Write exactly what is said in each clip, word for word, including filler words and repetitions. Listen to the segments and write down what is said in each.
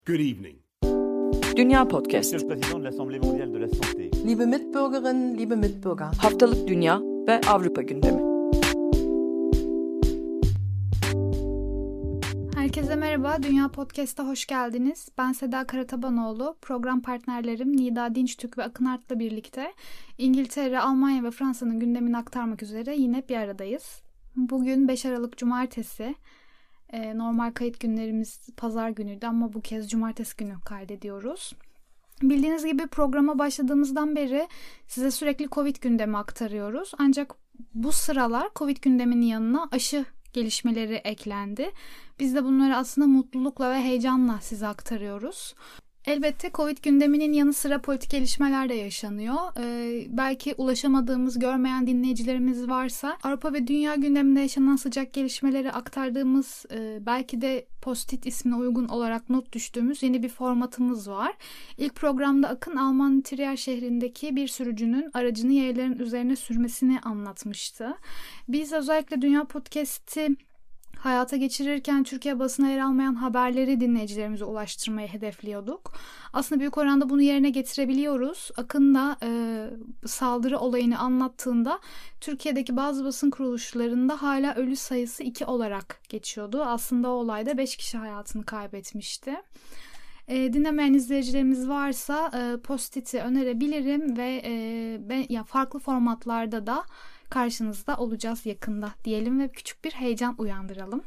Good evening. Dünya Podcast. Monsieur le Président de l'Assemblée mondiale de la santé. Liebe Mitbürgerinnen, liebe Mitbürger. Haftalık Dünya ve Avrupa gündemi. Herkese merhaba, Dünya Podcast'a hoş geldiniz. Ben Seda Karatabanoğlu, program partnerlerim Nida Dinçtürk ve Akın Art'la birlikte İngiltere, Almanya ve Fransa'nın gündemini aktarmak üzere yine bir aradayız. Bugün beş Aralık Cumartesi. Ee, normal kayıt günlerimiz pazar günüydü ama bu kez cumartesi günü kaydediyoruz. Bildiğiniz gibi programa başladığımızdan beri size sürekli Covid gündemi aktarıyoruz. Ancak bu sıralar Covid gündeminin yanına aşı gelişmeleri eklendi. Biz de bunları aslında mutlulukla ve heyecanla size aktarıyoruz. Elbette Covid gündeminin yanı sıra politik gelişmeler de yaşanıyor. Ee, belki ulaşamadığımız, görmeyen dinleyicilerimiz varsa Avrupa ve dünya gündeminde yaşanan sıcak gelişmeleri aktardığımız, e, belki de Post-it ismine uygun olarak not düştüğümüz yeni bir formatımız var. İlk programda Akın, Alman Trier şehrindeki bir sürücünün aracını yayların üzerine sürmesini anlatmıştı. Biz özellikle Dünya Podcast'i hayata geçirirken Türkiye basına yer almayan haberleri dinleyicilerimize ulaştırmayı hedefliyorduk. Aslında büyük oranda bunu yerine getirebiliyoruz. Akın da e, saldırı olayını anlattığında Türkiye'deki bazı basın kuruluşlarında hala ölü sayısı iki olarak geçiyordu. Aslında o olayda beş kişi hayatını kaybetmişti. E, dinlemeyen izleyicilerimiz varsa e, Post-it'i önerebilirim ve e, ben, ya farklı formatlarda da karşınızda olacağız yakında diyelim ve küçük bir heyecan uyandıralım.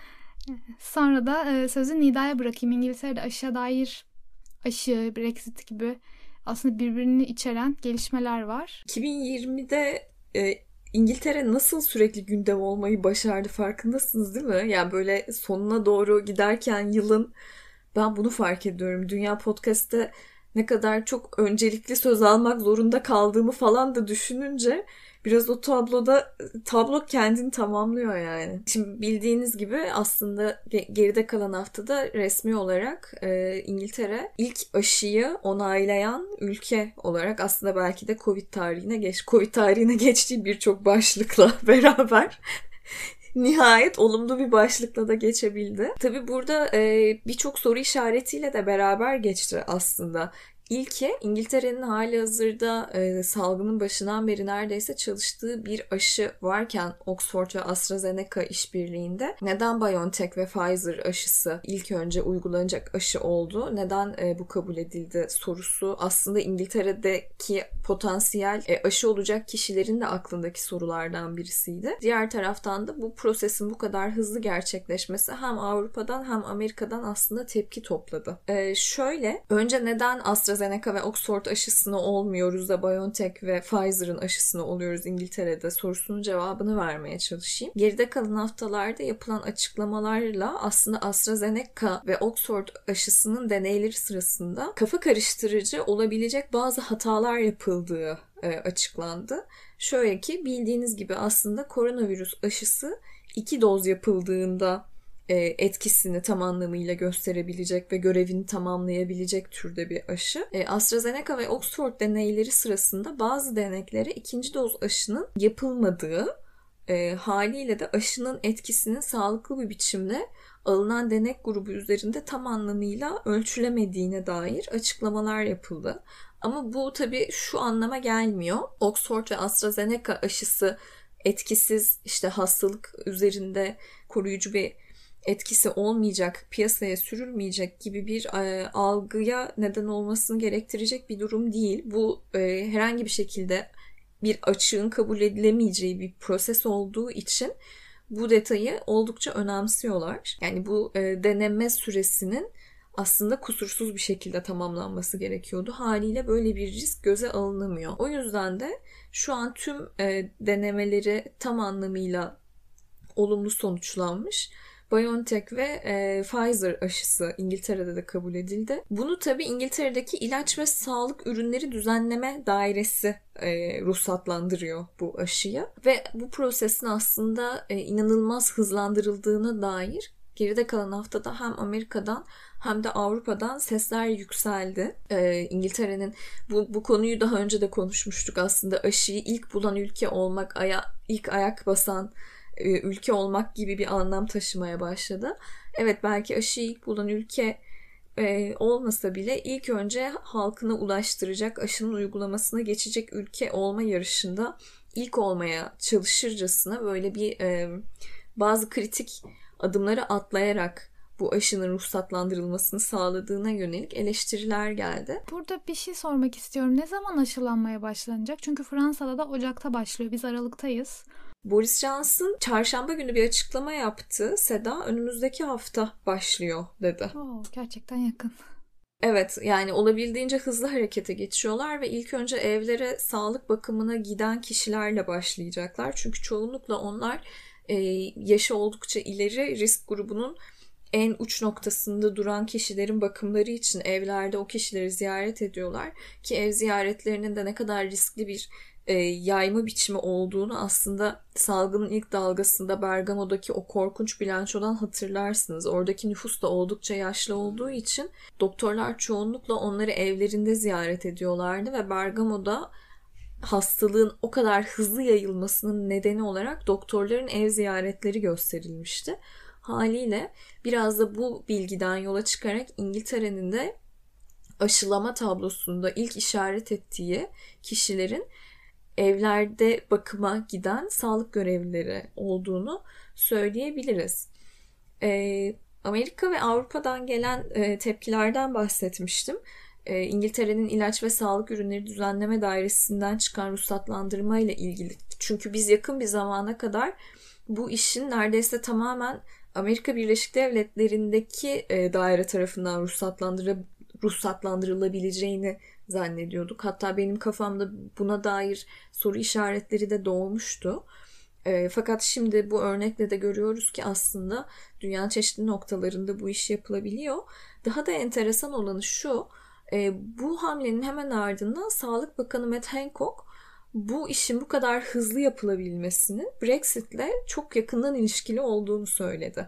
Sonra da e, sözü Nida'ya bırakayım. İngiltere'de aşıya dair aşı, Brexit gibi aslında birbirini içeren gelişmeler var. iki bin yirmide e, İngiltere nasıl sürekli gündem olmayı başardı, farkındasınız değil mi? Yani böyle sonuna doğru giderken yılın ben bunu fark ediyorum. Dünya Podcast'te ne kadar çok öncelikli söz almak zorunda kaldığımı falan da düşününce biraz o tabloda tablo kendini tamamlıyor yani. Şimdi bildiğiniz gibi aslında geride kalan haftada resmi olarak e, İngiltere ilk aşıyı onaylayan ülke olarak aslında belki de Covid tarihine geç Covid tarihine geçtiği birçok başlıkla beraber nihayet olumlu bir başlıkla da geçebildi. Tabii burada e, birçok soru işaretiyle de beraber geçti aslında. İlki İngiltere'nin halihazırda e, salgının başından beri neredeyse çalıştığı bir aşı varken Oxford ve AstraZeneca işbirliğinde neden BioNTech ve Pfizer aşısı ilk önce uygulanacak aşı oldu? Neden e, bu kabul edildi sorusu aslında İngiltere'deki potansiyel e, aşı olacak kişilerin de aklındaki sorulardan birisiydi. Diğer taraftan da bu prosesin bu kadar hızlı gerçekleşmesi hem Avrupa'dan hem Amerika'dan aslında tepki topladı. E, şöyle önce neden AstraZeneca AstraZeneca ve Oxford aşısını olmuyoruz da BioNTech ve Pfizer'ın aşısını oluyoruz İngiltere'de sorusunun cevabını vermeye çalışayım. Geride kalan haftalarda yapılan açıklamalarla aslında AstraZeneca ve Oxford aşısının deneyleri sırasında kafa karıştırıcı olabilecek bazı hatalar yapıldığı e, açıklandı. Şöyle ki bildiğiniz gibi aslında koronavirüs aşısı iki doz yapıldığında etkisini tam anlamıyla gösterebilecek ve görevini tamamlayabilecek türde bir aşı. AstraZeneca ve Oxford deneyleri sırasında bazı deneklere ikinci doz aşının yapılmadığı, e, haliyle de aşının etkisinin sağlıklı bir biçimde alınan denek grubu üzerinde tam anlamıyla ölçülemediğine dair açıklamalar yapıldı. Ama bu tabii şu anlama gelmiyor. Oxford ve AstraZeneca aşısı etkisiz, işte hastalık üzerinde koruyucu bir etkisi olmayacak, piyasaya sürülmeyecek gibi bir e, algıya neden olmasını gerektirecek bir durum değil. Bu e, herhangi bir şekilde bir açığın kabul edilemeyeceği bir proses olduğu için bu detayı oldukça önemsiyorlar. Yani bu e, deneme süresinin aslında kusursuz bir şekilde tamamlanması gerekiyordu. Haliyle böyle bir risk göze alınamıyor. O yüzden de şu an tüm e, denemeleri tam anlamıyla olumlu sonuçlanmış. BioNTech ve e, Pfizer aşısı İngiltere'de de kabul edildi. Bunu tabii İngiltere'deki ilaç ve sağlık ürünleri düzenleme dairesi e, ruhsatlandırıyor bu aşıyı. Ve bu prosesin aslında e, inanılmaz hızlandırıldığına dair geride kalan haftada hem Amerika'dan hem de Avrupa'dan sesler yükseldi. Ee, İngiltere'nin bu, bu konuyu daha önce de konuşmuştuk aslında. Aşıyı ilk bulan ülke olmak, aya, ilk ayak basan e, ülke olmak gibi bir anlam taşımaya başladı. Evet, belki aşıyı ilk bulan ülke e, olmasa bile ilk önce halkına ulaştıracak, aşının uygulamasına geçecek ülke olma yarışında ilk olmaya çalışırcasına böyle bir e, bazı kritik adımları atlayarak bu aşının ruhsatlandırılmasını sağladığına yönelik eleştiriler geldi. Burada bir şey sormak istiyorum. Ne zaman aşılanmaya başlanacak? Çünkü Fransa'da da Ocak'ta başlıyor. Biz Aralık'tayız. Boris Johnson çarşamba günü bir açıklama yaptı. Seda önümüzdeki hafta başlıyor dedi. Oo, gerçekten yakın. Evet, yani olabildiğince hızlı harekete geçiyorlar ve ilk önce evlere sağlık bakımına giden kişilerle başlayacaklar. Çünkü çoğunlukla onlar e, yaşı oldukça ileri risk grubunun en uç noktasında duran kişilerin bakımları için evlerde o kişileri ziyaret ediyorlar. Ki ev ziyaretlerinin de ne kadar riskli bir e, yayma biçimi olduğunu aslında salgının ilk dalgasında Bergamo'daki o korkunç bilançodan hatırlarsınız. Oradaki nüfus da oldukça yaşlı olduğu için doktorlar çoğunlukla onları evlerinde ziyaret ediyorlardı ve Bergamo'da hastalığın o kadar hızlı yayılmasının nedeni olarak doktorların ev ziyaretleri gösterilmişti. Haliyle biraz da bu bilgiden yola çıkarak İngiltere'nin de aşılama tablosunda ilk işaret ettiği kişilerin evlerde bakıma giden sağlık görevlileri olduğunu söyleyebiliriz. Ee, Amerika ve Avrupa'dan gelen e, tepkilerden bahsetmiştim. E, İngiltere'nin ilaç ve sağlık ürünleri düzenleme dairesinden çıkan ruhsatlandırma ile ilgili. Çünkü biz yakın bir zamana kadar bu işin neredeyse tamamen Amerika Birleşik Devletleri'ndeki e, daire tarafından ruhsatlandır ruhsatlandırılabileceğini zannediyorduk. Hatta benim kafamda buna dair soru işaretleri de doğmuştu. E, fakat şimdi bu örnekle de görüyoruz ki aslında dünyanın çeşitli noktalarında bu iş yapılabiliyor. Daha da enteresan olanı şu, e, bu hamlenin hemen ardından Sağlık Bakanı Matt Hancock bu işin bu kadar hızlı yapılabilmesinin Brexit'le çok yakından ilişkili olduğunu söyledi.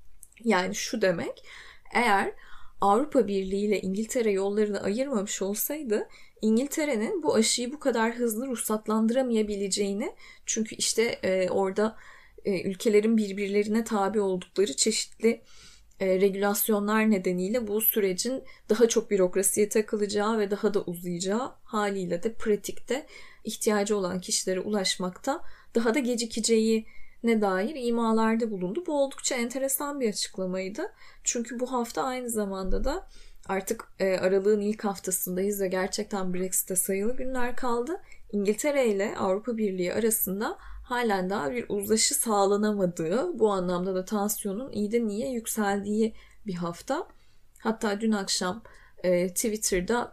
Yani şu demek, eğer Avrupa Birliği ile İngiltere yollarını ayırmamış olsaydı İngiltere'nin bu aşıyı bu kadar hızlı ruhsatlandıramayabileceğini, çünkü işte e, orada e, ülkelerin birbirlerine tabi oldukları çeşitli e, regülasyonlar nedeniyle bu sürecin daha çok bürokrasiye takılacağı ve daha da uzayacağı, haliyle de pratikte ihtiyacı olan kişilere ulaşmakta daha da gecikeceği ne dair imalarda bulundu. Bu oldukça enteresan bir açıklamaydı. Çünkü bu hafta aynı zamanda da artık e, aralığın ilk haftasındayız ve gerçekten Brexit'e sayılı günler kaldı. İngiltere ile Avrupa Birliği arasında halen daha bir uzlaşı sağlanamadığı, bu anlamda da tansiyonun iyiden iyiye yükseldiği bir hafta. Hatta dün akşam e, Twitter'da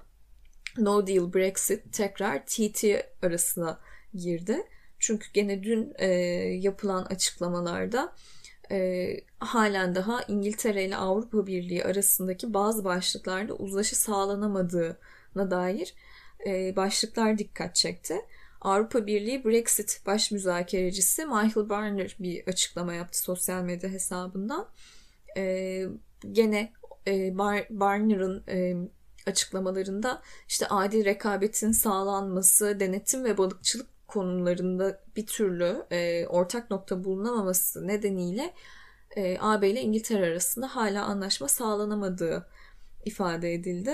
No Deal Brexit tekrar T T arasına girdi. Çünkü gene dün e, yapılan açıklamalarda e, halen daha İngiltere ile Avrupa Birliği arasındaki bazı başlıklarda uzlaşı sağlanamadığına dair e, başlıklar dikkat çekti. Avrupa Birliği Brexit baş müzakerecisi Michael Barnier bir açıklama yaptı sosyal medya hesabından. E, gene e, Bar- Barnier'ın e, açıklamalarında işte adil rekabetin sağlanması, denetim ve balıkçılık konularında bir türlü e, ortak nokta bulunamaması nedeniyle e, A B ile İngiltere arasında hala anlaşma sağlanamadığı ifade edildi.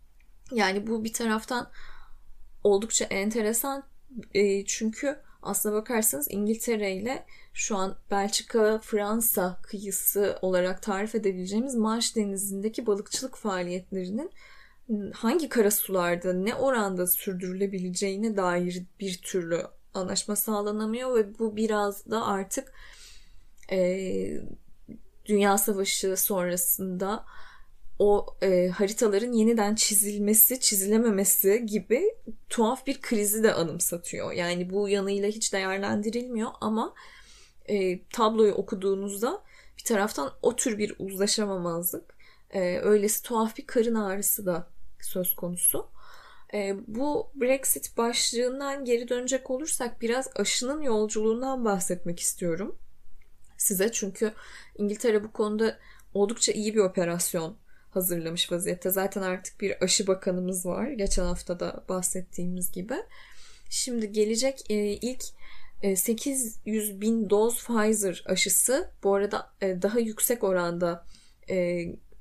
Yani bu bir taraftan oldukça enteresan e, çünkü aslına bakarsanız İngiltere ile şu an Belçika, Fransa kıyısı olarak tarif edebileceğimiz Manş Denizi'ndeki balıkçılık faaliyetlerinin hangi karasularda ne oranda sürdürülebileceğine dair bir türlü anlaşma sağlanamıyor ve bu biraz da artık e, Dünya Savaşı sonrasında o e, haritaların yeniden çizilmesi, çizilememesi gibi tuhaf bir krizi de anımsatıyor. Yani bu yanıyla hiç değerlendirilmiyor ama e, tabloyu okuduğunuzda bir taraftan o tür bir uzlaşamamazlık, e, öylesi tuhaf bir karın ağrısı da söz konusu. E, bu Brexit başlığından geri dönecek olursak biraz aşının yolculuğundan bahsetmek istiyorum size. Çünkü İngiltere bu konuda oldukça iyi bir operasyon hazırlamış vaziyette. Zaten artık bir aşı bakanımız var. Geçen hafta da bahsettiğimiz gibi. Şimdi gelecek e, ilk e, sekiz yüz bin doz Pfizer aşısı, bu arada e, daha yüksek oranda e,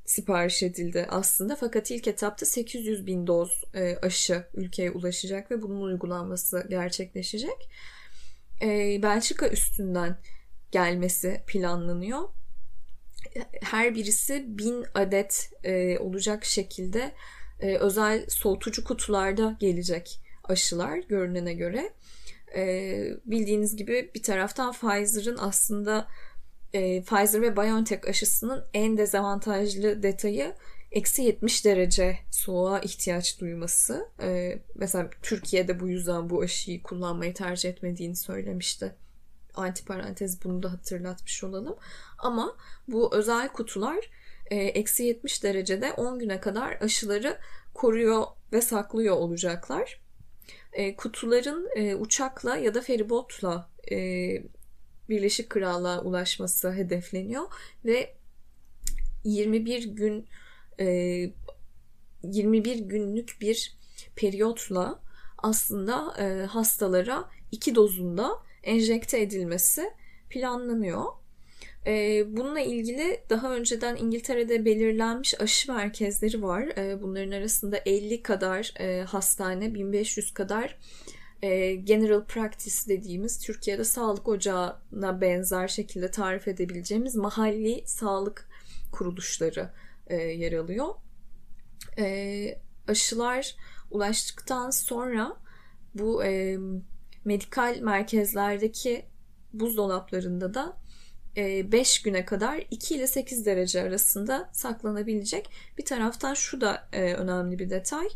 sipariş edildi aslında. Fakat ilk etapta sekiz yüz bin doz e, aşı ülkeye ulaşacak ve bunun uygulanması gerçekleşecek. E, Belçika üstünden gelmesi planlanıyor. Her birisi bin adet e, olacak şekilde e, özel soğutucu kutularda gelecek aşılar görünene göre. E, bildiğiniz gibi bir taraftan Pfizer'ın aslında e, Pfizer ve BioNTech aşısının en dezavantajlı detayı eksi yetmiş derece soğuğa ihtiyaç duyması. E, mesela Türkiye'de bu yüzden bu aşıyı kullanmayı tercih etmediğini söylemişti. Antiparantez bunu da hatırlatmış olalım. Ama bu özel kutular eksi yetmiş derecede on güne kadar aşıları koruyor ve saklıyor olacaklar. E, kutuların e, uçakla ya da feribotla e, Birleşik Krallığa ulaşması hedefleniyor ve yirmi bir gün e, yirmi bir günlük bir periyotla aslında e, hastalara iki dozunda enjekte edilmesi planlanıyor. E, bununla ilgili daha önceden İngiltere'de belirlenmiş aşı merkezleri var. E, bunların arasında elli kadar e, hastane, bin beş yüz kadar e, general practice dediğimiz Türkiye'de sağlık ocağına benzer şekilde tarif edebileceğimiz mahalli sağlık kuruluşları e, yer alıyor. E, aşılar ulaştıktan sonra bu e, medikal merkezlerdeki buzdolaplarında da beş güne kadar iki ile sekiz derece arasında saklanabilecek. Bir taraftan şu da önemli bir detay.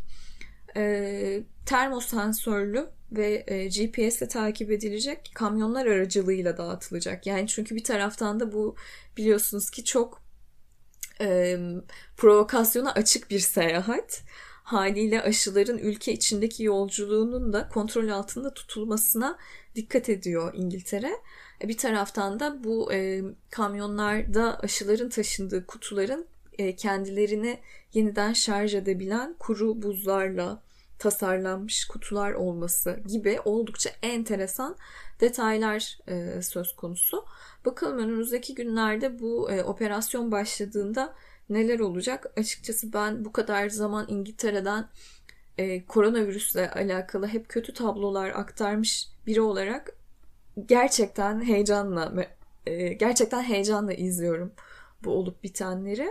Termosensörlü ve G P S ile takip edilecek kamyonlar aracılığıyla dağıtılacak. Yani çünkü bir taraftan da bu biliyorsunuz ki çok e, provokasyona açık bir seyahat. Haliyle aşıların ülke içindeki yolculuğunun da kontrol altında tutulmasına dikkat ediyor İngiltere. Bir taraftan da bu e, kamyonlarda aşıların taşındığı kutuların e, kendilerini yeniden şarj edebilen kuru buzlarla tasarlanmış kutular olması gibi oldukça enteresan detaylar e, söz konusu. Bakalım önümüzdeki günlerde bu e, operasyon başladığında neler olacak? Açıkçası ben bu kadar zaman İngiltere'den e, koronavirüsle alakalı hep kötü tablolar aktarmış biri olarak gerçekten heyecanla e, gerçekten heyecanla izliyorum bu olup bitenleri.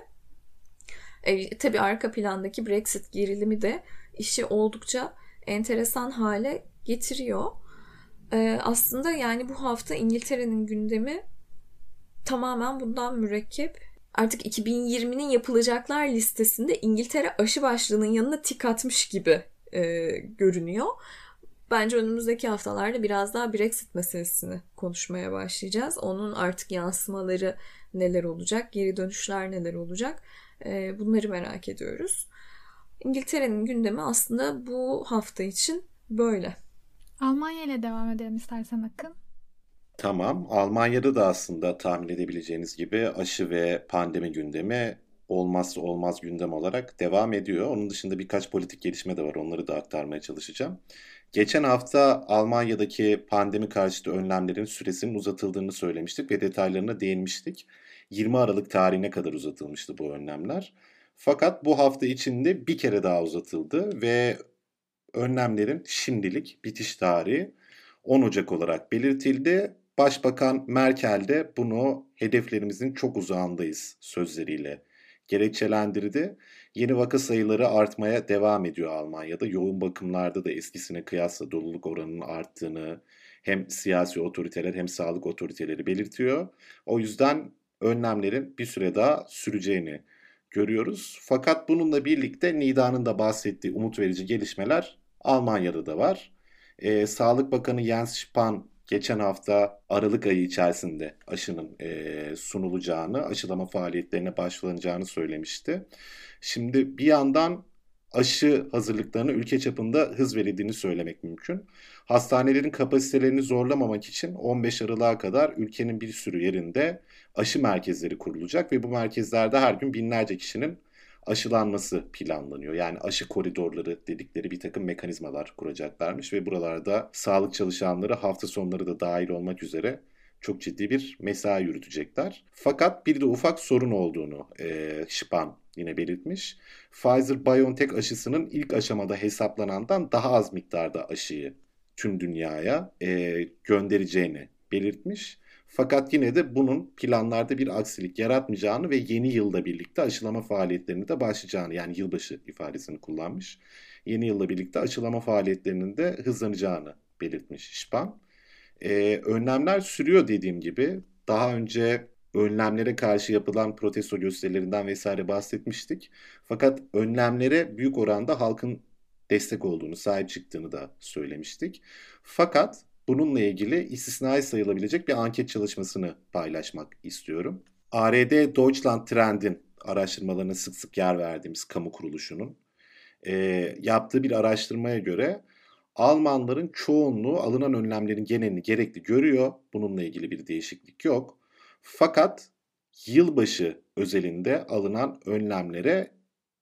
E, tabii arka plandaki Brexit gerilimi de işi oldukça enteresan hale getiriyor. E, aslında yani bu hafta İngiltere'nin gündemi tamamen bundan mürekkep. Artık iki bin yirminin yapılacaklar listesinde İngiltere aşı başlığının yanına tik atmış gibi e, görünüyor. Bence önümüzdeki haftalarda biraz daha Brexit meselesini konuşmaya başlayacağız. Onun artık yansımaları neler olacak, geri dönüşler neler olacak, e, bunları merak ediyoruz. İngiltere'nin gündemi aslında bu hafta için böyle. Almanya ile devam edelim istersen Akın. Tamam. Almanya'da da aslında tahmin edebileceğiniz gibi aşı ve pandemi gündemi olmazsa olmaz gündem olarak devam ediyor. Onun dışında birkaç politik gelişme de var. Onları da aktarmaya çalışacağım. Geçen hafta Almanya'daki pandemi karşıtı önlemlerin süresinin uzatıldığını söylemiştik ve detaylarına değinmiştik. yirmi Aralık tarihine kadar uzatılmıştı bu önlemler. Fakat bu hafta içinde bir kere daha uzatıldı ve önlemlerin şimdilik bitiş tarihi on Ocak olarak belirtildi. Başbakan Merkel de bunu hedeflerimizin çok uzağındayız sözleriyle gerekçelendirdi. Yeni vaka sayıları artmaya devam ediyor Almanya'da. Yoğun bakımlarda da eskisine kıyasla doluluk oranının arttığını hem siyasi otoriteler hem sağlık otoriteleri belirtiyor. O yüzden önlemlerin bir süre daha süreceğini görüyoruz. Fakat bununla birlikte Nida'nın da bahsettiği umut verici gelişmeler Almanya'da da var. Ee, Sağlık Bakanı Jens Spahn geçen hafta Aralık ayı içerisinde aşının e, sunulacağını, aşılama faaliyetlerine başlanacağını söylemişti. Şimdi bir yandan aşı hazırlıklarına ülke çapında hız verildiğini söylemek mümkün. Hastanelerin kapasitelerini zorlamamak için on beş Aralık'a kadar ülkenin bir sürü yerinde aşı merkezleri kurulacak ve bu merkezlerde her gün binlerce kişinin aşılanması planlanıyor. Yani aşı koridorları dedikleri bir takım mekanizmalar kuracaklarmış ve buralarda sağlık çalışanları hafta sonları da dahil olmak üzere çok ciddi bir mesai yürütecekler. Fakat bir de ufak sorun olduğunu e, Spahn yine belirtmiş. Pfizer-BioNTech aşısının ilk aşamada hesaplanandan daha az miktarda aşıyı tüm dünyaya e, göndereceğini belirtmiş. Fakat yine de bunun planlarda bir aksilik yaratmayacağını ve yeni yılda birlikte aşılama faaliyetlerine de başlayacağını, yani yılbaşı ifadesini kullanmış. Yeni yılla birlikte aşılama faaliyetlerinin de hızlanacağını belirtmiş Spahn. Ee, önlemler sürüyor dediğim gibi. Daha önce önlemlere karşı yapılan protesto gösterilerinden vesaire bahsetmiştik. Fakat önlemlere büyük oranda halkın destek olduğunu, sahip çıktığını da söylemiştik. Fakat bununla ilgili istisnai sayılabilecek bir anket çalışmasını paylaşmak istiyorum. A R D Deutschland Trend'in araştırmalarına sık sık yer verdiğimiz kamu kuruluşunun e, yaptığı bir araştırmaya göre Almanların çoğunluğu alınan önlemlerin genelini gerekli görüyor. Bununla ilgili bir değişiklik yok. Fakat yılbaşı özelinde alınan önlemlere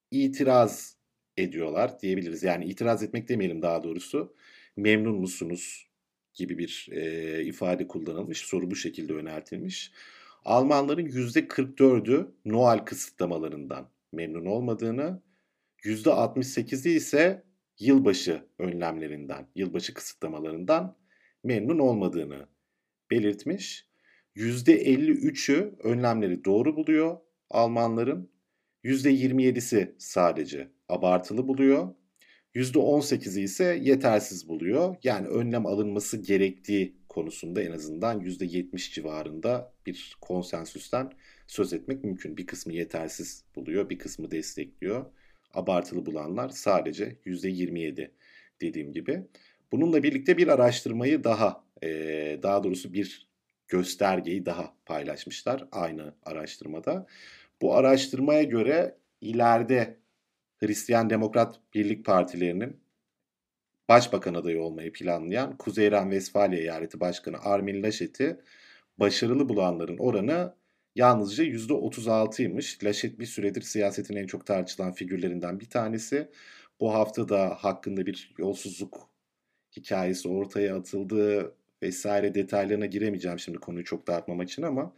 itiraz ediyorlar diyebiliriz. Yani itiraz etmek demeyelim daha doğrusu. Memnun musunuz gibi bir e, ifade kullanılmış. Soru bu şekilde yöneltilmiş. Almanların yüzde kırk dördü Noel kısıtlamalarından memnun olmadığını, yüzde altmış sekizi ise yılbaşı önlemlerinden, yılbaşı kısıtlamalarından memnun olmadığını belirtmiş. yüzde elli üçü önlemleri doğru buluyor Almanların. yüzde yirmi yedisi sadece abartılı buluyor. yüzde on sekizi ise yetersiz buluyor. Yani önlem alınması gerektiği konusunda en azından yüzde yetmiş civarında bir konsensüsten söz etmek mümkün. Bir kısmı yetersiz buluyor, bir kısmı destekliyor. Abartılı bulanlar sadece yüzde yirmi yedi dediğim gibi. Bununla birlikte bir araştırmayı daha, daha doğrusu bir göstergeyi daha paylaşmışlar aynı araştırmada. Bu araştırmaya göre ileride Hristiyan Demokrat Birlik Partilerinin başbakan adayı olmayı planlayan Kuzey Ren-Vesfalya Eyaleti Başkanı Armin Laschet'i başarılı bulanların oranı yalnızca yüzde otuz altıymış. Laschet bir süredir siyasetin en çok tartışılan figürlerinden bir tanesi. Bu hafta da hakkında bir yolsuzluk hikayesi ortaya atıldı vesaire, detaylarına giremeyeceğim şimdi konuyu çok dağıtmamak için ama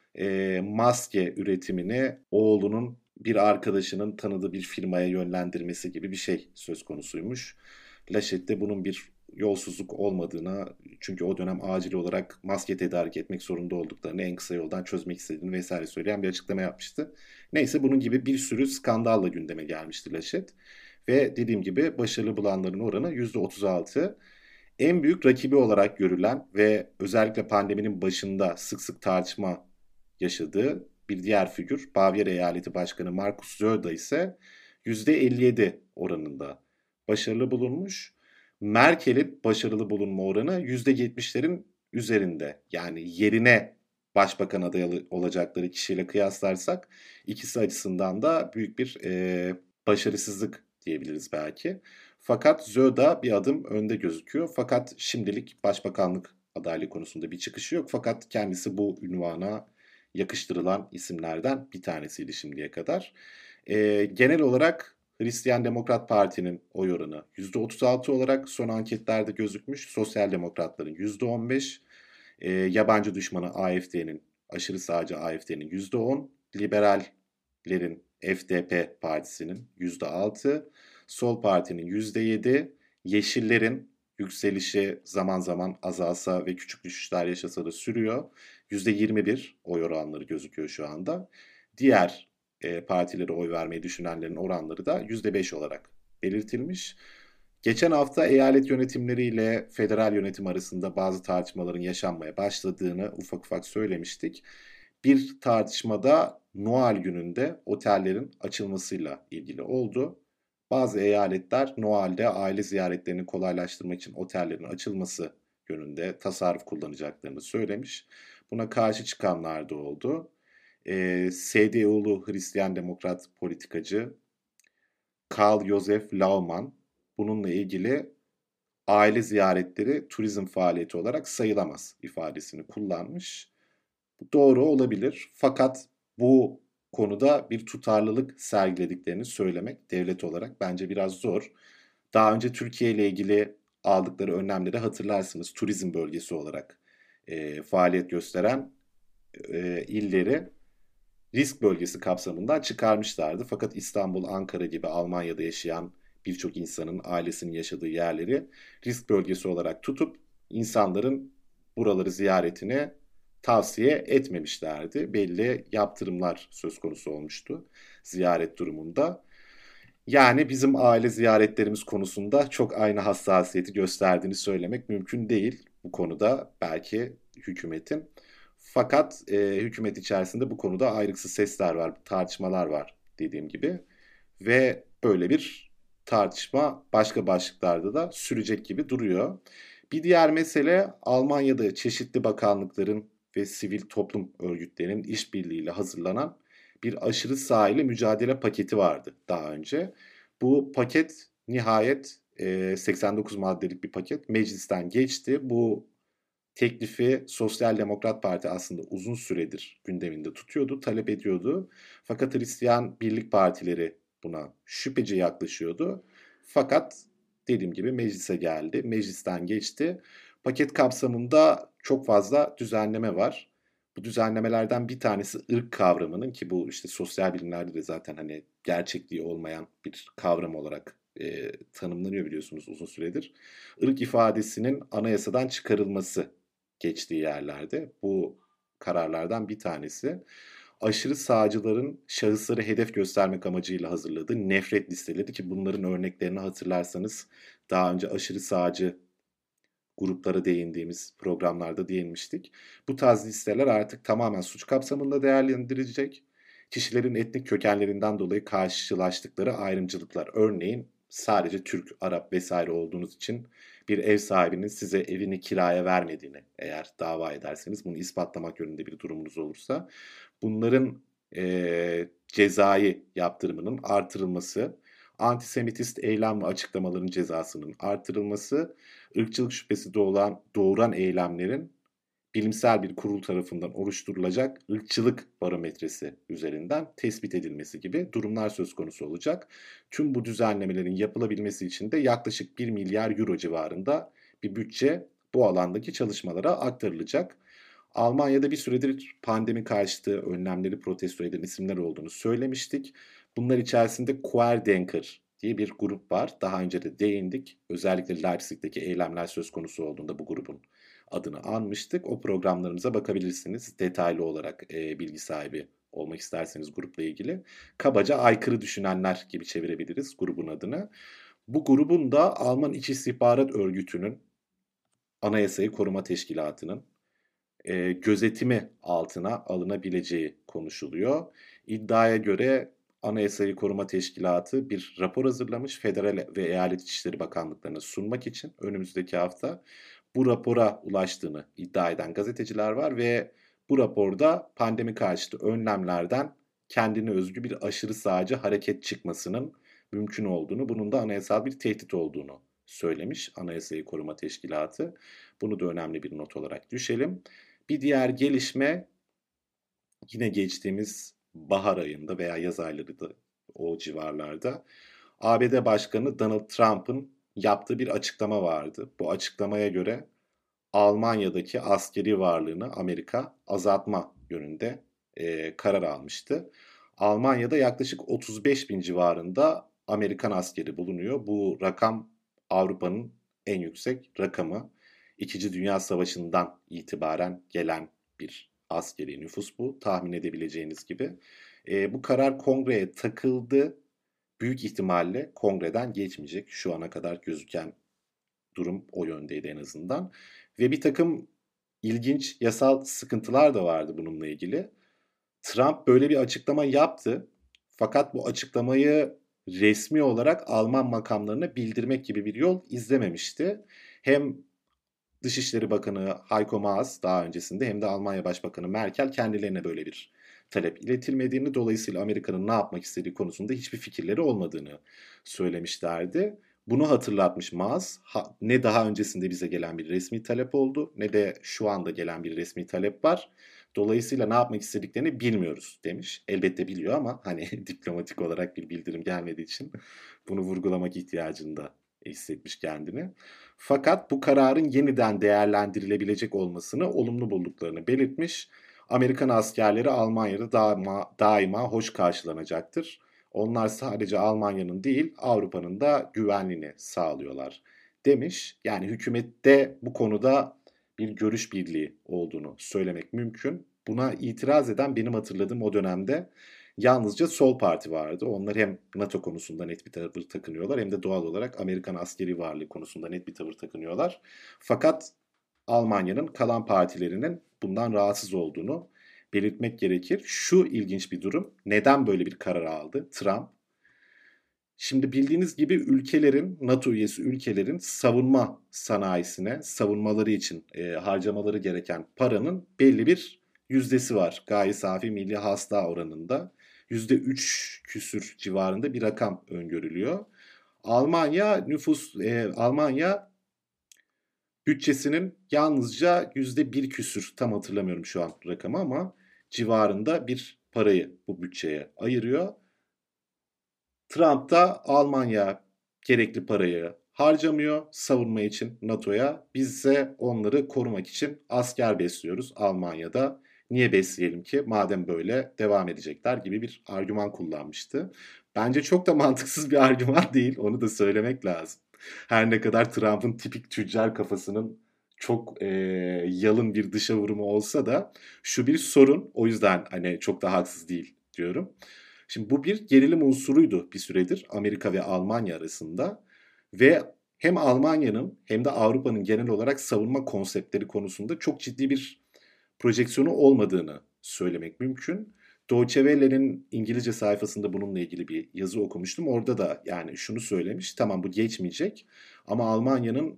e, maske üretimini oğlunun bir arkadaşının tanıdığı bir firmaya yönlendirmesi gibi bir şey söz konusuymuş. Laschet de bunun bir yolsuzluk olmadığına, çünkü o dönem acil olarak maske tedarik etmek zorunda olduklarını, en kısa yoldan çözmek istediğini vesaire söyleyen bir açıklama yapmıştı. Neyse, bunun gibi bir sürü skandalla gündeme gelmişti Laschet. Ve dediğim gibi başarılı bulanların oranı yüzde otuz altı. En büyük rakibi olarak görülen ve özellikle pandeminin başında sık sık tartışma yaşadığı bir diğer figür, Bavyera Eyaleti Başkanı Markus Söder ise yüzde elli yedi oranında başarılı bulunmuş. Merkel'in başarılı bulunma oranı yüzde yetmişlerin üzerinde. Yani yerine başbakan adayı olacakları kişiyle kıyaslarsak ikisi açısından da büyük bir e, başarısızlık diyebiliriz belki. Fakat Söder bir adım önde gözüküyor. Fakat şimdilik başbakanlık adaylığı konusunda bir çıkışı yok. Fakat kendisi bu ünvana yakıştırılan isimlerden bir tanesiydi şimdiye kadar. E, genel olarak Hristiyan Demokrat Parti'nin oy oranı yüzde otuz altı olarak son anketlerde gözükmüş. Sosyal Demokratların yüzde on beş, e, yabancı düşmanı A F D'nin, aşırı sağcı A F D'nin yüzde on, liberallerin F D P partisinin yüzde altı, Sol Parti'nin yüzde yedi, Yeşillerin yükselişi zaman zaman azalsa ve küçük düşüşler yaşasa da sürüyor. yüzde yirmi bir oy oranları gözüküyor şu anda. Diğer e, partilere oy vermeyi düşünenlerin oranları da yüzde beş olarak belirtilmiş. Geçen hafta eyalet yönetimleriyle federal yönetim arasında bazı tartışmaların yaşanmaya başladığını ufak ufak söylemiştik. Bir tartışmada Noel gününde otellerin açılmasıyla ilgili oldu. Bazı eyaletler Noel'de aile ziyaretlerini kolaylaştırmak için otellerin açılması yönünde tasarruf kullanacaklarını söylemiş. Buna karşı çıkanlar da oldu. Ee, S D U'lu Hristiyan Demokrat politikacı Karl Josef Laumann bununla ilgili aile ziyaretleri turizm faaliyeti olarak sayılamaz ifadesini kullanmış. Bu doğru olabilir, fakat bu konuda bir tutarlılık sergilediklerini söylemek devlet olarak bence biraz zor. Daha önce Türkiye ile ilgili aldıkları önlemleri hatırlarsınız, turizm bölgesi olarak e, faaliyet gösteren e, illeri risk bölgesi kapsamından çıkarmışlardı. Fakat İstanbul, Ankara gibi Almanya'da yaşayan birçok insanın ailesinin yaşadığı yerleri risk bölgesi olarak tutup insanların buraları ziyaretini tavsiye etmemişlerdi. Belli yaptırımlar söz konusu olmuştu ziyaret durumunda. Yani bizim aile ziyaretlerimiz konusunda çok aynı hassasiyeti gösterdiğini söylemek mümkün değil bu konuda belki hükümetin. Fakat e, hükümet içerisinde bu konuda ayrıksız sesler var, tartışmalar var dediğim gibi. Ve böyle bir tartışma başka başlıklarda da sürecek gibi duruyor. Bir diğer mesele Almanya'da çeşitli bakanlıkların ve sivil toplum örgütlerinin işbirliğiyle hazırlanan bir aşırı sağ ile mücadele paketi vardı daha önce. Bu paket nihayet e, seksen dokuz maddelik bir paket meclisten geçti. Bu teklifi Sosyal Demokrat Parti aslında uzun süredir gündeminde tutuyordu, talep ediyordu. Fakat Hristiyan Birlik Partileri buna şüpheci yaklaşıyordu. Fakat dediğim gibi meclise geldi, meclisten geçti. Paket kapsamında çok fazla düzenleme var. Bu düzenlemelerden bir tanesi ırk kavramının, ki bu işte sosyal bilimlerde de zaten hani gerçekliği olmayan bir kavram olarak e, tanımlanıyor biliyorsunuz uzun süredir. Irk ifadesinin anayasadan çıkarılması geçtiği yerlerde bu kararlardan bir tanesi. Aşırı sağcıların şahısları hedef göstermek amacıyla hazırladığı nefret listeleri, ki bunların örneklerini hatırlarsanız daha önce aşırı sağcı gruplara değindiğimiz programlarda değinmiştik. Bu tarz listeler artık tamamen suç kapsamında değerlendirilecek. Kişilerin etnik kökenlerinden dolayı karşılaştıkları ayrımcılıklar, örneğin sadece Türk, Arap vesaire olduğunuz için bir ev sahibinin size evini kiraya vermediğini eğer dava ederseniz, bunu ispatlamak yönünde bir durumunuz olursa, bunların e, cezai yaptırımının artırılması, antisemitist eylem ve açıklamaların cezasının artırılması, ırkçılık şüphesi doğuran, doğuran eylemlerin bilimsel bir kurul tarafından oluşturulacak ırkçılık barometresi üzerinden tespit edilmesi gibi durumlar söz konusu olacak. Tüm bu düzenlemelerin yapılabilmesi için de yaklaşık bir milyar euro civarında bir bütçe bu alandaki çalışmalara aktarılacak. Almanya'da bir süredir pandemi karşıtı önlemleri protesto eden isimler olduğunu söylemiştik. Bunlar içerisinde Querdenker diye bir grup var. Daha önce de değindik. Özellikle Leipzig'teki eylemler söz konusu olduğunda bu grubun adını anmıştık. O programlarımıza bakabilirsiniz. Detaylı olarak e, bilgi sahibi olmak isterseniz grupla ilgili. Kabaca aykırı düşünenler gibi çevirebiliriz grubun adını. Bu grubun da Alman İç İstihbarat Örgütü'nün, Anayasayı Koruma Teşkilatı'nın e, gözetimi altına alınabileceği konuşuluyor. İddiaya göre Anayasayı Koruma Teşkilatı bir rapor hazırlamış Federal ve Eyalet İçişleri Bakanlıklarına sunmak için önümüzdeki hafta. Bu rapora ulaştığını iddia eden gazeteciler var ve bu raporda pandemi karşıtı önlemlerden kendine özgü bir aşırı sağcı hareket çıkmasının mümkün olduğunu, bunun da anayasal bir tehdit olduğunu söylemiş Anayasayı Koruma Teşkilatı. Bunu da önemli bir not olarak düşelim. Bir diğer gelişme yine geçtiğimiz bahar ayında veya yaz ayları da o civarlarda A B D Başkanı Donald Trump'ın yaptığı bir açıklama vardı. Bu açıklamaya göre Almanya'daki askeri varlığını Amerika azaltma yönünde e, karar almıştı. Almanya'da yaklaşık otuz beş bin civarında Amerikan askeri bulunuyor. Bu rakam Avrupa'nın en yüksek rakamı. İkinci Dünya Savaşı'ndan itibaren gelen bir askeri nüfus bu. Tahmin edebileceğiniz gibi. E, bu karar kongreye takıldı. Büyük ihtimalle kongreden geçmeyecek. Şu ana kadar gözüken durum o yöndeydi en azından. Ve bir takım ilginç yasal sıkıntılar da vardı bununla ilgili. Trump böyle bir açıklama yaptı. Fakat bu açıklamayı resmi olarak Alman makamlarına bildirmek gibi bir yol izlememişti. Hem Dışişleri Bakanı Heiko Maas daha öncesinde hem de Almanya Başbakanı Merkel kendilerine böyle bir talep iletilmediğini, dolayısıyla Amerika'nın ne yapmak istediği konusunda hiçbir fikirleri olmadığını söylemişlerdi. Bunu hatırlatmış Maas. Ha, ne daha öncesinde bize gelen bir resmi talep oldu ne de şu anda gelen bir resmi talep var. Dolayısıyla ne yapmak istediklerini bilmiyoruz demiş. Elbette biliyor ama hani diplomatik olarak bir bildirim gelmediği için bunu vurgulamak ihtiyacında hissetmiş kendini. Fakat bu kararın yeniden değerlendirilebilecek olmasını olumlu bulduklarını belirtmiş. Amerikan askerleri Almanya'da daima, daima hoş karşılanacaktır. Onlar sadece Almanya'nın değil Avrupa'nın da güvenliğini sağlıyorlar demiş. Yani hükümette bu konuda bir görüş birliği olduğunu söylemek mümkün. Buna itiraz eden benim hatırladığım o dönemde yalnızca Sol Parti vardı. Onlar hem NATO konusunda net bir tavır takınıyorlar hem de doğal olarak Amerikan askeri varlığı konusunda net bir tavır takınıyorlar. Fakat Almanya'nın kalan partilerinin bundan rahatsız olduğunu belirtmek gerekir. Şu ilginç bir durum. Neden böyle bir karar aldı Trump? Şimdi bildiğiniz gibi ülkelerin, NATO üyesi ülkelerin savunma sanayisine, savunmaları için e, harcamaları gereken paranın belli bir yüzdesi var. Gayri safi milli hasıla oranında yüzde üç küsür civarında bir rakam öngörülüyor. Almanya nüfus, e, Almanya bütçesinin yalnızca yüzde bir küsür, tam hatırlamıyorum şu an rakamı ama civarında bir parayı bu bütçeye ayırıyor. Trump da Almanya gerekli parayı harcamıyor savunma için NATO'ya. Biz ise onları korumak için asker besliyoruz Almanya'da. Niye besleyelim ki? Madem böyle devam edecekler gibi bir argüman kullanmıştı. Bence çok da mantıksız bir argüman değil. Onu da söylemek lazım. Her ne kadar Trump'ın tipik tüccar kafasının çok e, yalın bir dışa vurumu olsa da şu bir sorun. O yüzden hani çok da haksız değil diyorum. Şimdi bu bir gerilim unsuruydu bir süredir Amerika ve Almanya arasında ve hem Almanya'nın hem de Avrupa'nın genel olarak savunma konseptleri konusunda çok ciddi bir projeksiyonu olmadığını söylemek mümkün. Deutsche Welle'nin İngilizce sayfasında bununla ilgili bir yazı okumuştum. Orada da yani şunu söylemiş, tamam bu geçmeyecek ama Almanya'nın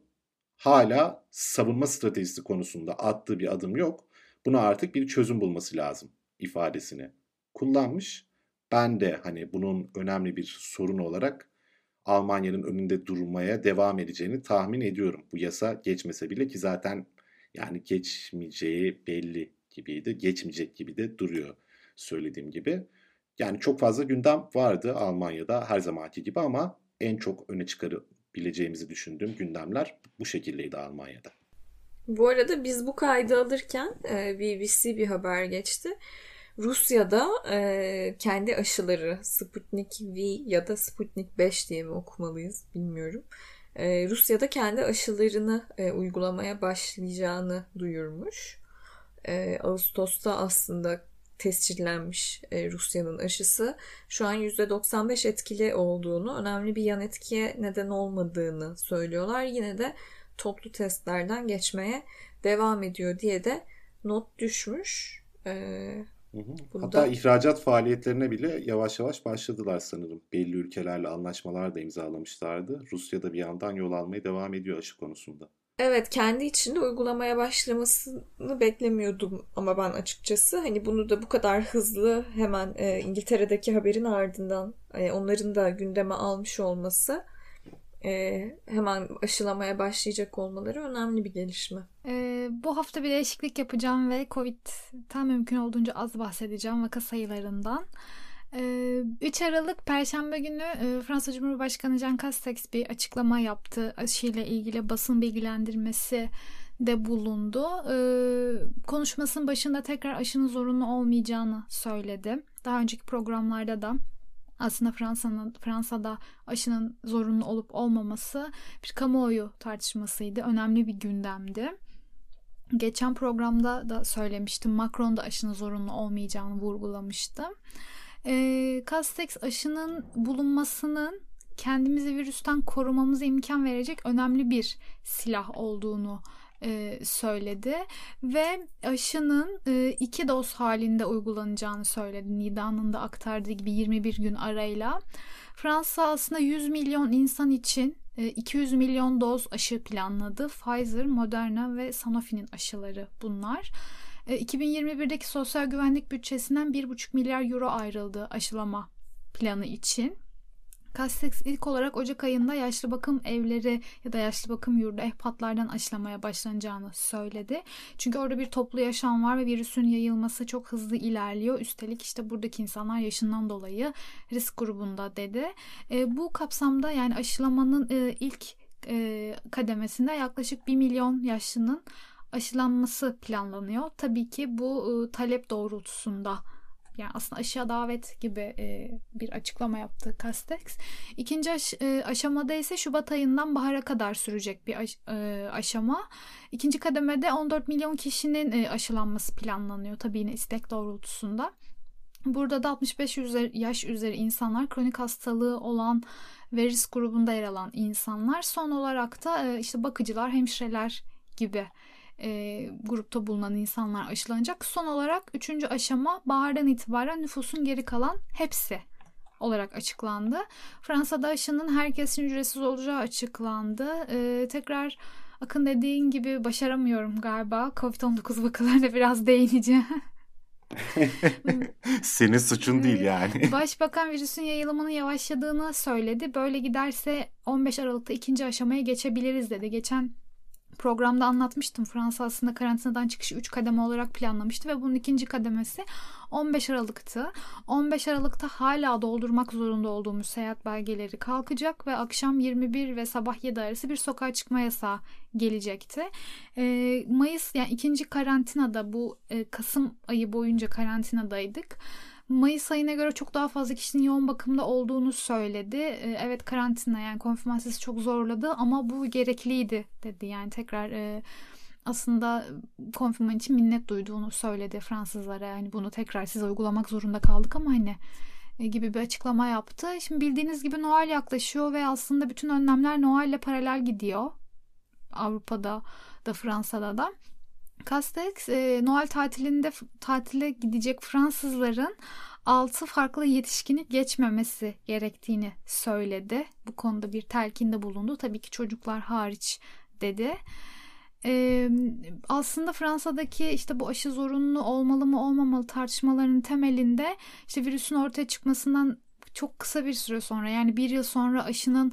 hala savunma stratejisi konusunda attığı bir adım yok. Buna artık bir çözüm bulması lazım ifadesini kullanmış. Ben de hani bunun önemli bir sorun olarak Almanya'nın önünde durmaya devam edeceğini tahmin ediyorum. Bu yasa geçmese bile ki zaten yani geçmeyeceği belli gibiydi. Geçmeyecek gibi de duruyor söylediğim gibi. Yani çok fazla gündem vardı Almanya'da her zamanki gibi ama en çok öne çıkarabileceğimizi düşündüğüm gündemler bu şekildeydi Almanya'da. Bu arada biz bu kaydı alırken B B C bir haber geçti. Rusya'da e, kendi aşıları Sputnik V ya da Sputnik beş diye mi okumalıyız bilmiyorum. E, Rusya'da kendi aşılarını e, uygulamaya başlayacağını duyurmuş. E, Ağustos'ta aslında tescillenmiş e, Rusya'nın aşısı. Şu an yüzde doksan beş etkili olduğunu, önemli bir yan etkiye neden olmadığını söylüyorlar. Yine de toplu testlerden geçmeye devam ediyor diye de not düşmüş. E, Hı hı. Hatta ihracat faaliyetlerine bile yavaş yavaş başladılar sanırım. Belli ülkelerle anlaşmalar da imzalamışlardı. Rusya da bir yandan yol almaya devam ediyor aşı konusunda. Evet, kendi içinde uygulamaya başlamasını beklemiyordum ama ben açıkçası hani bunu da bu kadar hızlı hemen e, İngiltere'deki haberin ardından e, onların da gündeme almış olması, e, hemen aşılamaya başlayacak olmaları önemli bir gelişme. Ee, bu hafta bir değişiklik yapacağım ve Covid'den mümkün olduğunca az bahsedeceğim vaka sayılarından. Ee, üç Aralık Perşembe günü e, Fransa Cumhurbaşkanı Jean Castex bir açıklama yaptı. Aşıyla ilgili basın bilgilendirmesi de bulundu. Ee, konuşmasının başında tekrar aşının zorunlu olmayacağını söyledi. Daha önceki programlarda da aslında Fransa'nın Fransa'da aşının zorunlu olup olmaması bir kamuoyu tartışmasıydı. Önemli bir gündemdi. Geçen programda da söylemiştim. Macron da aşının zorunlu olmayacağını vurgulamıştı. E, Castex aşının bulunmasının kendimizi virüsten korumamıza imkan verecek önemli bir silah olduğunu e, söyledi ve aşının e, iki doz halinde uygulanacağını söyledi. Nida'nın da aktardığı gibi yirmi bir gün arayla. Fransa aslında yüz milyon insan için e, iki yüz milyon doz aşı planladı. Pfizer, Moderna ve Sanofi'nin aşıları bunlar. iki bin yirmi birdeki sosyal güvenlik bütçesinden bir buçuk milyar euro ayrıldı aşılama planı için. Castex ilk olarak Ocak ayında yaşlı bakım evleri ya da yaşlı bakım yurdu ehpatlardan aşılamaya başlanacağını söyledi. Çünkü orada bir toplu yaşam var ve virüsün yayılması çok hızlı ilerliyor. Üstelik işte buradaki insanlar yaşından dolayı risk grubunda dedi. E, bu kapsamda yani aşılamanın e, ilk e, kademesinde yaklaşık bir milyon yaşlının aşılanması planlanıyor. Tabii ki bu e, talep doğrultusunda. Yani aslında aşıya davet gibi e, bir açıklama yaptı Castex. İkinci aş- e, aşamada ise Şubat ayından bahara kadar sürecek bir aş- e, aşama. İkinci kademede on dört milyon kişinin e, aşılanması planlanıyor. Tabii yine istek doğrultusunda. Burada da altmış beş yaş üzeri insanlar, kronik hastalığı olan ve risk grubunda yer alan insanlar. Son olarak da e, işte bakıcılar, hemşireler gibi E, grupta bulunan insanlar aşılanacak. Son olarak üçüncü aşama bahardan itibaren nüfusun geri kalan hepsi olarak açıklandı. Fransa'da aşının herkesin ücretsiz olacağı açıklandı. E, tekrar Akın dediğin gibi başaramıyorum galiba. covid on dokuz vakalarına biraz değineceğim. Senin suçun değil yani. Başbakan virüsün yayılımının yavaşladığını söyledi. Böyle giderse on beş Aralık'ta ikinci aşamaya geçebiliriz dedi. Geçen programda anlatmıştım. Fransa aslında karantinadan çıkışı üç kademe olarak planlamıştı ve bunun ikinci kademesi on beş Aralık'tı. on beş Aralık'ta hala doldurmak zorunda olduğumuz seyahat belgeleri kalkacak ve akşam yirmi bir ve sabah yedi arası bir sokağa çıkma yasağı gelecekti. Ee, Mayıs yani ikinci karantinada bu e, Kasım ayı boyunca karantinadaydık. Mayıs ayına göre çok daha fazla kişinin yoğun bakımda olduğunu söyledi. Evet karantina yani konfirmasyası çok zorladı ama bu gerekliydi dedi. Yani tekrar e, aslında konfirman için minnet duyduğunu söyledi Fransızlara. Yani bunu tekrar size uygulamak zorunda kaldık ama hani e, gibi bir açıklama yaptı. Şimdi bildiğiniz gibi Noel yaklaşıyor ve aslında bütün önlemler Noel'le paralel gidiyor. Avrupa'da da Fransa'da da. Castex e, Noel tatilinde tatile gidecek Fransızların altı farklı yetişkini geçmemesi gerektiğini söyledi. Bu konuda bir telkinde bulundu. Tabii ki çocuklar hariç dedi. Ee, aslında Fransa'daki işte bu aşı zorunlu olmalı mı olmamalı tartışmalarının temelinde işte virüsün ortaya çıkmasından çok kısa bir süre sonra yani bir yıl sonra aşının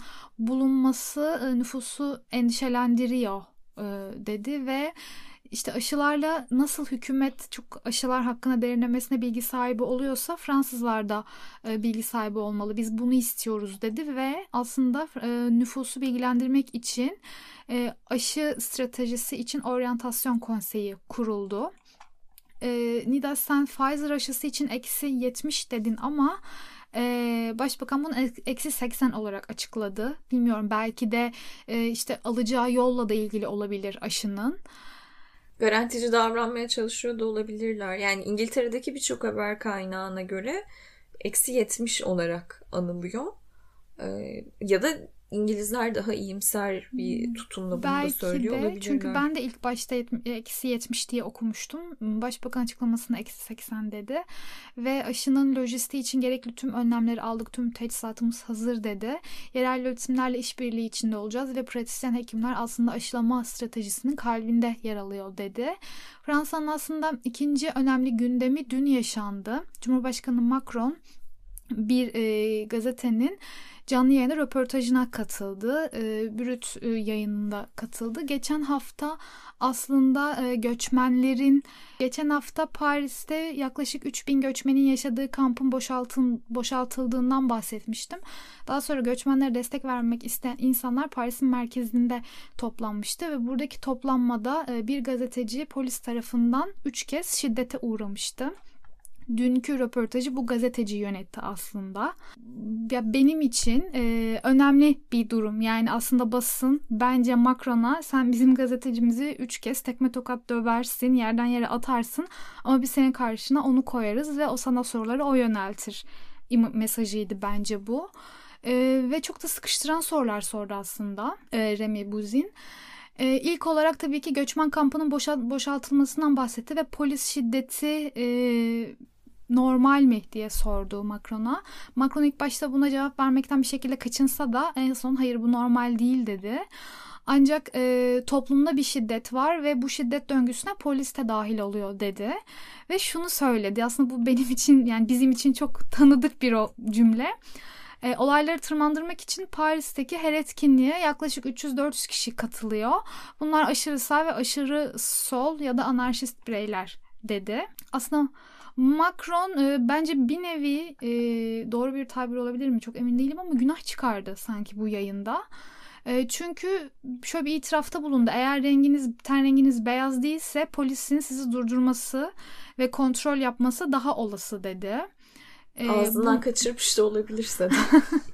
bulunması nüfusu endişelendiriyor e, dedi ve İşte aşılarla nasıl hükümet çok aşılar hakkında derinlemesine bilgi sahibi oluyorsa Fransızlar da e, bilgi sahibi olmalı. Biz bunu istiyoruz dedi ve aslında e, nüfusu bilgilendirmek için e, aşı stratejisi için oryantasyon konseyi kuruldu. E, Nida sen Pfizer aşısı için eksi yetmiş dedin ama Ee, Başbakan bunu eksi seksen olarak açıkladı. Bilmiyorum belki de e, işte alacağı yolla da ilgili olabilir aşının. Garantici davranmaya çalışıyor da olabilirler. Yani İngiltere'deki birçok haber kaynağına göre eksi yetmiş olarak anılıyor. Ee, ya da İngilizler daha iyimser bir tutumla bunu belki da söylüyor de, olabilirler. çünkü ben de ilk başta eksi yetmiş diye okumuştum. Başbakan açıklamasında eksi seksen dedi. Ve aşının lojistiği için gerekli tüm önlemleri aldık. Tüm teçhizatımız hazır dedi. Yerel yönetimlerle işbirliği içinde olacağız ve pratisyen hekimler aslında aşılama stratejisinin kalbinde yer alıyor dedi. Fransa'nın aslında ikinci önemli gündemi dün yaşandı. Cumhurbaşkanı Macron bir e, gazetenin canlı yayına röportajına katıldı. E, Brüt e, yayınında katıldı. Geçen hafta aslında e, göçmenlerin, geçen hafta Paris'te yaklaşık üç bin göçmenin yaşadığı kampın boşaltın, boşaltıldığından bahsetmiştim. Daha sonra göçmenlere destek vermek isteyen insanlar Paris'in merkezinde toplanmıştı ve buradaki toplanmada e, bir gazeteci polis tarafından üç kez şiddete uğramıştı. Dünkü röportajı bu gazeteci yönetti aslında. Ya benim için e, önemli bir durum. Yani aslında basın bence Macron'a sen bizim gazetecimizi üç kez tekme tokat döversin, yerden yere atarsın ama biz senin karşına onu koyarız ve o sana soruları o yöneltir mesajıydı bence bu. E, ve çok da sıkıştıran sorular sordu aslında e, Remy Buzyn. Ee, ilk olarak tabii ki göçmen kampının boşalt- boşaltılmasından bahsetti ve polis şiddeti e, normal mi diye sordu Macron'a. Macron ilk başta buna cevap vermekten bir şekilde kaçınsa da en son hayır bu normal değil dedi. Ancak e, toplumda bir şiddet var ve bu şiddet döngüsüne polis de dahil oluyor dedi. Ve şunu söyledi aslında bu benim için yani bizim için çok tanıdık bir o cümle. E, olayları tırmandırmak için Paris'teki her etkinliğe yaklaşık üç yüz dört yüz kişi katılıyor. Bunlar aşırı sağ ve aşırı sol ya da anarşist bireyler dedi. Aslında Macron e, bence bir nevi e, doğru bir tabir olabilir mi çok emin değilim ama günah çıkardı sanki bu yayında. E, çünkü şöyle bir itirafta bulundu. Eğer renginiz, ten renginiz beyaz değilse polisin sizi durdurması ve kontrol yapması daha olası dedi. E, Ağzından bu... kaçırmış da olabilirse de.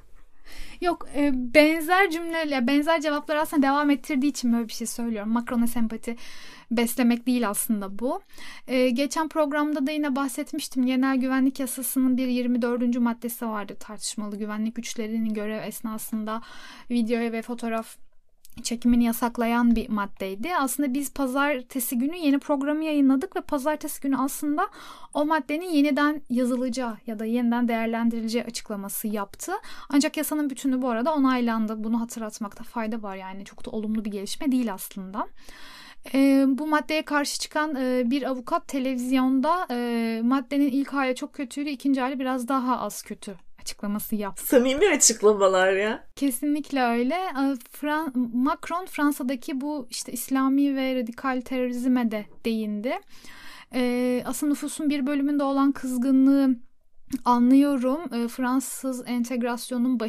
Yok e, benzer cümleler, benzer cevaplar aslında devam ettirdiği için böyle bir şey söylüyorum. Macron'a sempati beslemek değil aslında bu. E, geçen programda da yine bahsetmiştim. Genel güvenlik yasasının bir yirmi dördüncü maddesi vardı, tartışmalı güvenlik güçlerinin görev esnasında videoya ve fotoğraf çekimini yasaklayan bir maddeydi. Aslında biz pazartesi günü yeni programı yayınladık ve pazartesi günü aslında o maddenin yeniden yazılacağı ya da yeniden değerlendirileceği açıklaması yaptı. Ancak yasanın bütünü bu arada onaylandı. Bunu hatırlatmakta fayda var, yani çok da olumlu bir gelişme değil aslında. E, bu maddeye karşı çıkan e, bir avukat televizyonda e, maddenin ilk hali çok kötüydü, ikinci hali biraz daha az kötü açıklaması yaptı. Samimi açıklamalar ya. Kesinlikle öyle. Fran- Macron Fransa'daki bu işte İslami ve radikal terörizme de değindi. E, aslında nüfusun bir bölümünde olan kızgınlığı anlıyorum. E, Fransız entegrasyonun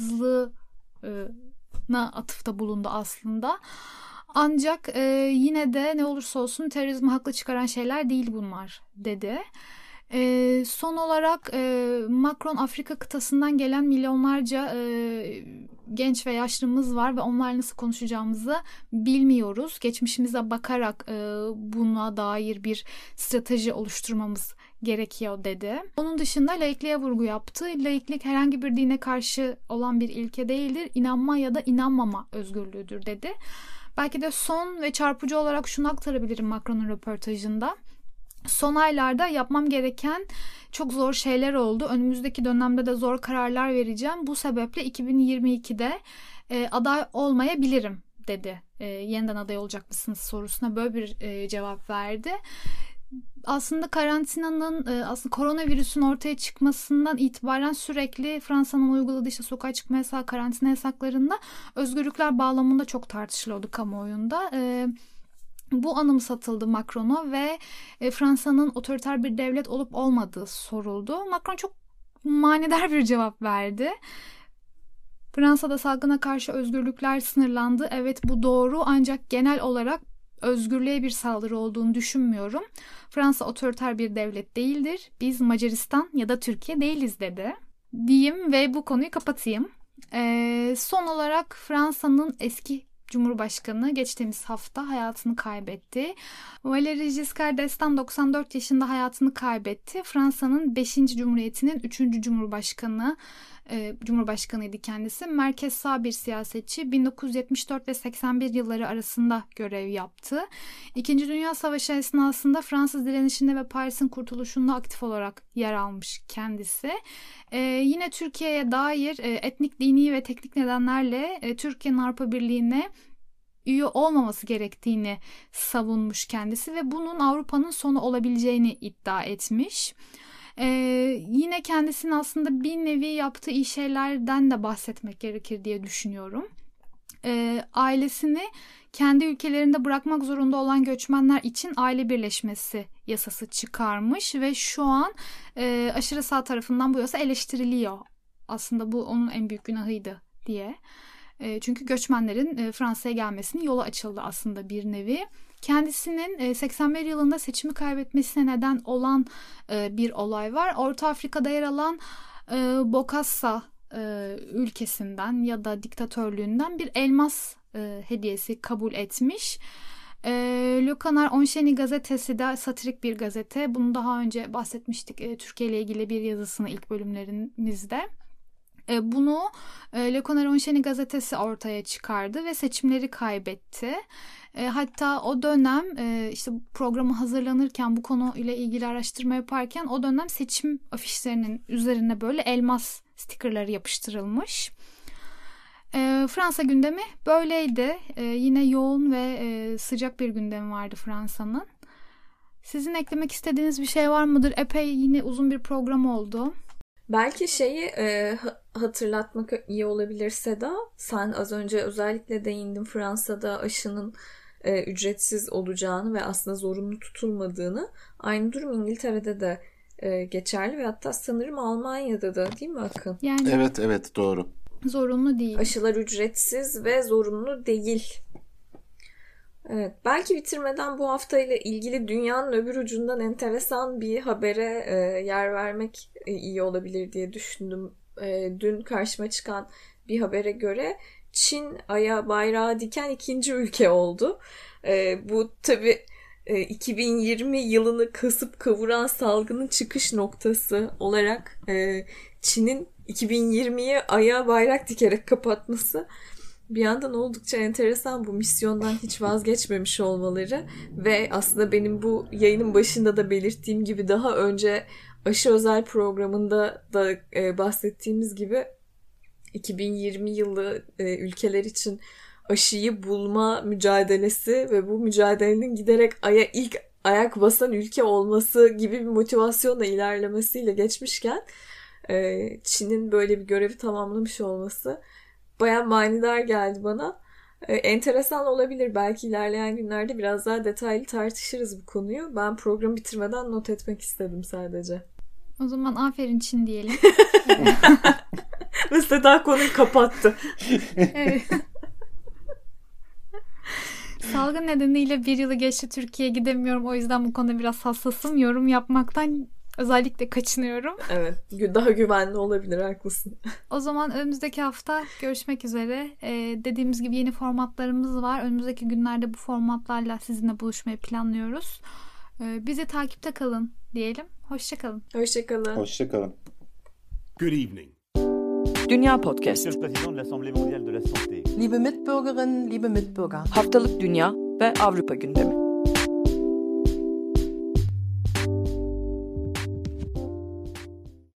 başarısızlığına atıfta bulundu aslında. Ancak e, yine de ne olursa olsun terörizmi haklı çıkaran şeyler değil bunlar dedi. E, son olarak e, Macron Afrika kıtasından gelen milyonlarca e, genç ve yaşlımız var ve onlarla nasıl konuşacağımızı bilmiyoruz. Geçmişimize bakarak e, buna dair bir strateji oluşturmamız gerekiyor dedi. Onun dışında laikliğe vurgu yaptı. Laiklik herhangi bir dine karşı olan bir ilke değildir. İnanma ya da inanmama özgürlüğüdür dedi. Belki de son ve çarpıcı olarak şunu aktarabilirim Macron'un röportajında. Son aylarda yapmam gereken çok zor şeyler oldu. Önümüzdeki dönemde de zor kararlar vereceğim. Bu sebeple iki bin yirmi ikide e, aday olmayabilirim dedi. E, yeniden aday olacak mısınız sorusuna böyle bir e, cevap verdi. Aslında karantinanın, aslında koronavirüsün ortaya çıkmasından itibaren sürekli Fransa'nın uyguladığı işte sokağa çıkma yasağı, karantina yasaklarında özgürlükler bağlamında çok tartışılıyordu kamuoyunda. Bu anımsatıldı Macron'a ve Fransa'nın otoriter bir devlet olup olmadığı soruldu. Macron çok manidar bir cevap verdi. Fransa'da salgına karşı özgürlükler sınırlandı. Evet, bu doğru, ancak genel olarak özgürlüğe bir saldırı olduğunu düşünmüyorum. Fransa otoriter bir devlet değildir. Biz Macaristan ya da Türkiye değiliz dedi. Diyeyim ve bu konuyu kapatayım. Ee, son olarak Fransa'nın eski Cumhurbaşkanı geçtiğimiz hafta hayatını kaybetti. Valéry Giscard d'Estaing doksan dört yaşında hayatını kaybetti. Fransa'nın beşinci Cumhuriyeti'nin üçüncü Cumhurbaşkanı e, Cumhurbaşkanıydı kendisi. Merkez sağ bir siyasetçi. bin dokuz yüz yetmiş dört ve seksen bir yılları arasında görev yaptı. İkinci Dünya Savaşı esnasında Fransız direnişinde ve Paris'in kurtuluşunda aktif olarak yer almış kendisi. E, yine Türkiye'ye dair e, etnik, dini ve teknik nedenlerle e, Türkiye'nin Avrupa Birliği'ne üye olmaması gerektiğini savunmuş kendisi ve bunun Avrupa'nın sonu olabileceğini iddia etmiş. Ee, yine kendisinin aslında bir nevi yaptığı iyi şeylerden de bahsetmek gerekir diye düşünüyorum. Ee, ailesini kendi ülkelerinde bırakmak zorunda olan göçmenler için aile birleşmesi yasası çıkarmış ve şu an e, aşırı sağ tarafından bu yasa eleştiriliyor. Aslında bu onun en büyük günahıydı diye. E, çünkü göçmenlerin e, Fransa'ya gelmesinin yolu açıldı aslında bir nevi. Kendisinin e, seksen bir yılında seçimi kaybetmesine neden olan e, bir olay var. Orta Afrika'da yer alan e, Bokassa e, ülkesinden ya da diktatörlüğünden bir elmas e, hediyesi kabul etmiş. E, Le Canard Enchaîné gazetesi de satirik bir gazete. Bunu daha önce bahsetmiştik e, Türkiye ile ilgili bir yazısını ilk bölümlerimizde. E, bunu e, Le Canard Enchaîné gazetesi ortaya çıkardı ve seçimleri kaybetti. E, hatta o dönem e, işte programı hazırlanırken bu konuyla ilgili araştırma yaparken o dönem seçim afişlerinin üzerine böyle elmas stikerleri yapıştırılmış. E, Fransa gündemi böyleydi. E, yine yoğun ve e, sıcak bir gündemi vardı Fransa'nın. Sizin eklemek istediğiniz bir şey var mıdır? Epey yine uzun bir program oldu. Belki şeyi e, hatırlatmak iyi olabilir Seda. Sen az önce özellikle değindin Fransa'da aşının e, ücretsiz olacağını ve aslında zorunlu tutulmadığını. Aynı durum İngiltere'de de e, geçerli ve hatta sanırım Almanya'da da, değil mi Akın? Yani Evet evet doğru. zorunlu değil. Aşılar ücretsiz ve zorunlu değil. Evet, belki bitirmeden bu haftayla ilgili dünyanın öbür ucundan enteresan bir habere e, yer vermek e, iyi olabilir diye düşündüm. E, dün karşıma çıkan bir habere göre Çin Ay'a bayrağı diken ikinci ülke oldu. E, bu tabii e, iki bin yirmi yılını kasıp kavuran salgının çıkış noktası olarak e, Çin'in iki bin yirmiyi Ay'a bayrak dikerek kapatması bir yandan oldukça enteresan, bu misyondan hiç vazgeçmemiş olmaları ve aslında benim bu yayının başında da belirttiğim gibi daha önce aşı özel programında da e, bahsettiğimiz gibi iki bin yirmi yılı e, ülkeler için aşıyı bulma mücadelesi ve bu mücadelenin giderek Ay'a ilk ayak basan ülke olması gibi bir motivasyonla ilerlemesiyle geçmişken e, Çin'in böyle bir görevi tamamlamış olması bayağı manidar geldi bana. Ee, enteresan olabilir. Belki ilerleyen günlerde biraz daha detaylı tartışırız bu konuyu. Ben programı bitirmeden not etmek istedim sadece. O zaman aferin Çin diyelim. Ve Seda konuyu kapattı. Evet. Salgın nedeniyle bir yılı geçti, Türkiye'ye gidemiyorum. O yüzden bu konuda biraz hassasım. Yorum yapmaktan özellikle kaçınıyorum. Evet. Daha güvenli olabilir. Haklısın. O zaman önümüzdeki hafta görüşmek üzere. Ee, dediğimiz gibi yeni formatlarımız var. Önümüzdeki günlerde bu formatlarla sizinle buluşmayı planlıyoruz. Ee, bizi takipte kalın diyelim. Hoşça kalın. Hoşça kalın. Hoşça kalın. Good evening. Dünya Podcast. Monsieur le Président de l'Assemblée mondiale de la santé. Liebe Mitbürgerinnen, liebe Mitbürger. Haftalık Dünya ve Avrupa gündemi.